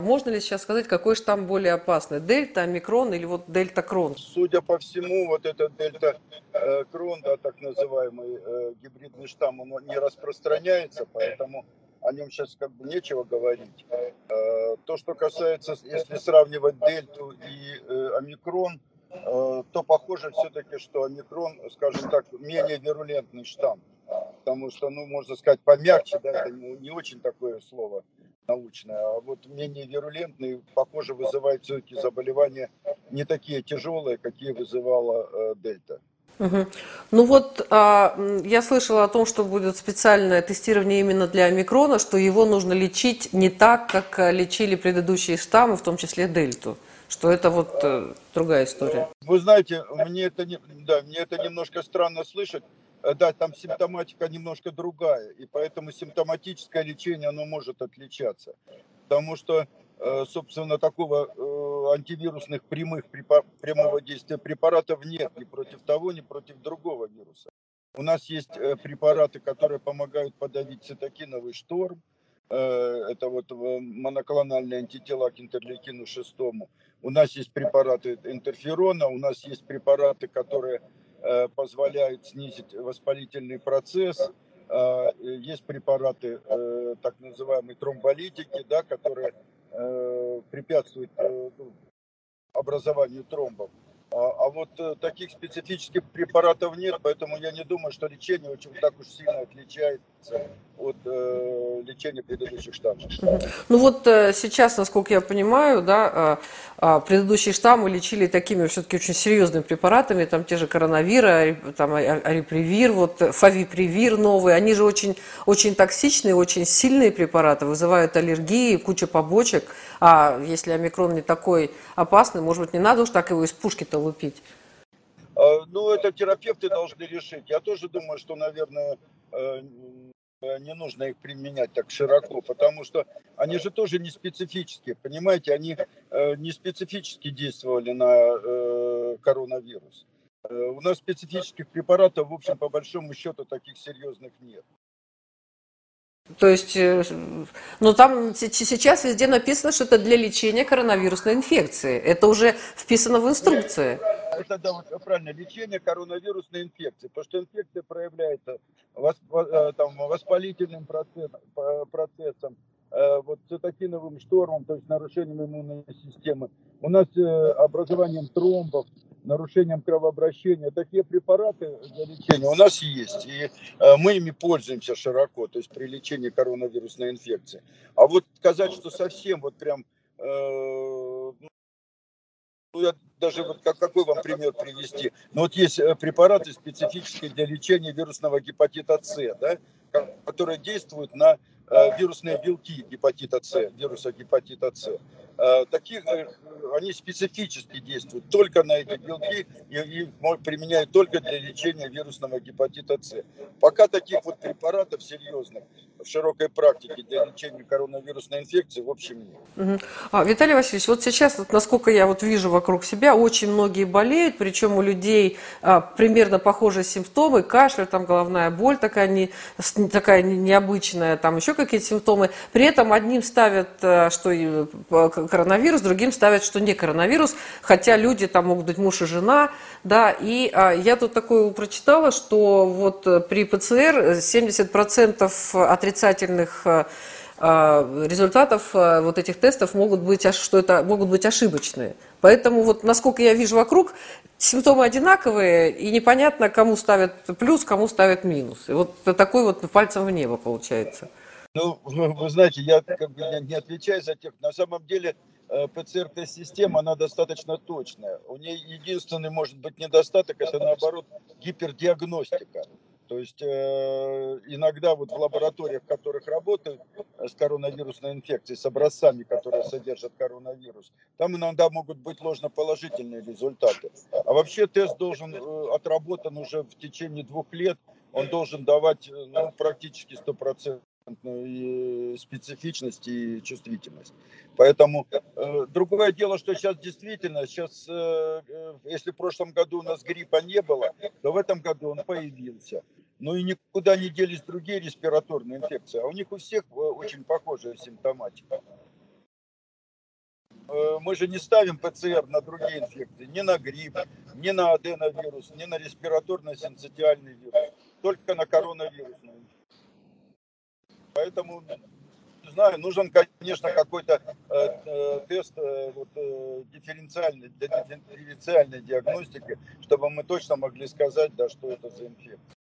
Можно ли сейчас сказать, какой штамм более опасный? Дельта, омикрон или вот дельта-крон? Судя по всему, вот этот дельта-крон, да, так называемый гибридный штамм, он не распространяется, поэтому о нем сейчас как бы нечего говорить. То, что касается, если сравнивать дельту и омикрон, то похоже все-таки, что омикрон, скажем так, менее вирулентный штамм. Потому что, ну, можно сказать, помягче, да, это не очень такое слово научное, а вот менее вирулентный, похоже, вызывает все-таки заболевания не такие тяжелые, какие вызывала дельта. Мгм. Ну вот я слышала о том, что будет специальное тестирование именно для омикрона, что его нужно лечить не так, как лечили предыдущие штаммы, в том числе дельту. Что это вот другая история. Вы знаете, мне это немножко странно слышать. Да, там симптоматика немножко другая, и поэтому симптоматическое лечение, оно может отличаться. Потому что, собственно, такого антивирусных прямого действия препаратов нет ни против того, ни против другого вируса. У нас есть препараты, которые помогают подавить цитокиновый шторм. Это вот моноклональные антитела к интерлейкину шестому. У нас есть препараты интерферона, у нас есть препараты, которые позволяют снизить воспалительный процесс. Есть препараты, так называемые тромболитики, да, которые препятствуют ну, образованию тромбов. А вот таких специфических препаратов нет, поэтому я не думаю, что лечение очень так уж сильно отличается от лечения предыдущих штаммов. Ну вот сейчас, насколько я понимаю, да, предыдущие штаммы лечили такими все-таки очень серьезными препаратами, там те же коронавиры, там арипривир, вот фавипривир новый, они же очень, очень токсичные, очень сильные препараты, вызывают аллергии, куча побочек, а если омикрон не такой опасный, может быть, не надо уж так его из пушки-то лупить? Ну, это терапевты должны решить. Я тоже думаю, что, наверное, не нужно их применять так широко, потому что они же тоже не специфические, понимаете, они не специфически действовали на коронавирус. У нас специфических препаратов, в общем, по большому счету, таких серьезных нет. То есть, ну там сейчас везде написано, что это для лечения коронавирусной инфекции. Это уже вписано в инструкции. Это, да, вот правильно, лечение коронавирусной инфекции, потому что инфекция проявляется там, воспалительным процессом, вот цитокиновым штормом, то есть нарушением иммунной системы. У нас образованием тромбов, нарушением кровообращения. Такие препараты для лечения у нас есть, и мы ими пользуемся широко, то есть при лечении коронавирусной инфекции. А вот сказать, что совсем вот прям ну, я даже вот какой вам пример привести? Ну, вот есть препараты специфические для лечения вирусного гепатита С, да, которые действуют на вирусные белки гепатита С, вируса гепатита С. Таких, они специфически действуют только на эти белки и применяют только для лечения вирусного гепатита С. Пока таких вот препаратов серьезных в широкой практике для лечения коронавирусной инфекции в общем нет. Мгм. Виталий Васильевич, вот сейчас, вот, насколько я вот вижу вокруг себя, очень многие болеют, причем у людей примерно похожие симптомы, кашель, там головная боль такая, такая необычная, там еще какие-то симптомы. При этом одним ставят, что коронавирус, другим ставят, что не коронавирус, хотя люди там могут быть муж и жена, да, и я тут такое прочитала, что вот при ПЦР 70% отрицательных результатов вот этих тестов могут быть, что это могут быть ошибочные. Поэтому вот насколько я вижу вокруг, симптомы одинаковые, и непонятно, кому ставят плюс, кому ставят минус. И вот такой вот пальцем в небо получается. Ну, вы знаете, я как бы не отвечаю за тех. На самом деле ПЦР-тест-система, она достаточно точная. У нее единственный, может быть, недостаток, это наоборот гипердиагностика. То есть иногда вот в лабораториях, в которых работают с коронавирусной инфекцией, с образцами, которые содержат коронавирус, там иногда могут быть ложноположительные результаты. А вообще тест должен отработан уже в течение 2 лет, он должен давать ну, практически 100% и специфичность и чувствительность. Поэтому другое дело, что сейчас действительно, сейчас, если в прошлом году у нас гриппа не было, то в этом году он появился. Ну и никуда не делись другие респираторные инфекции, а у них у всех очень похожая симптоматика. Мы же не ставим ПЦР на другие инфекции, ни на грипп, ни на аденовирус, ни на респираторно-синцитиальный вирус, только на коронавирусную инфекцию. Поэтому, не знаю, нужен, конечно, какой-то тест дифференциальный, для дифференциальной диагностики, чтобы мы точно могли сказать, да, что это за инфекция.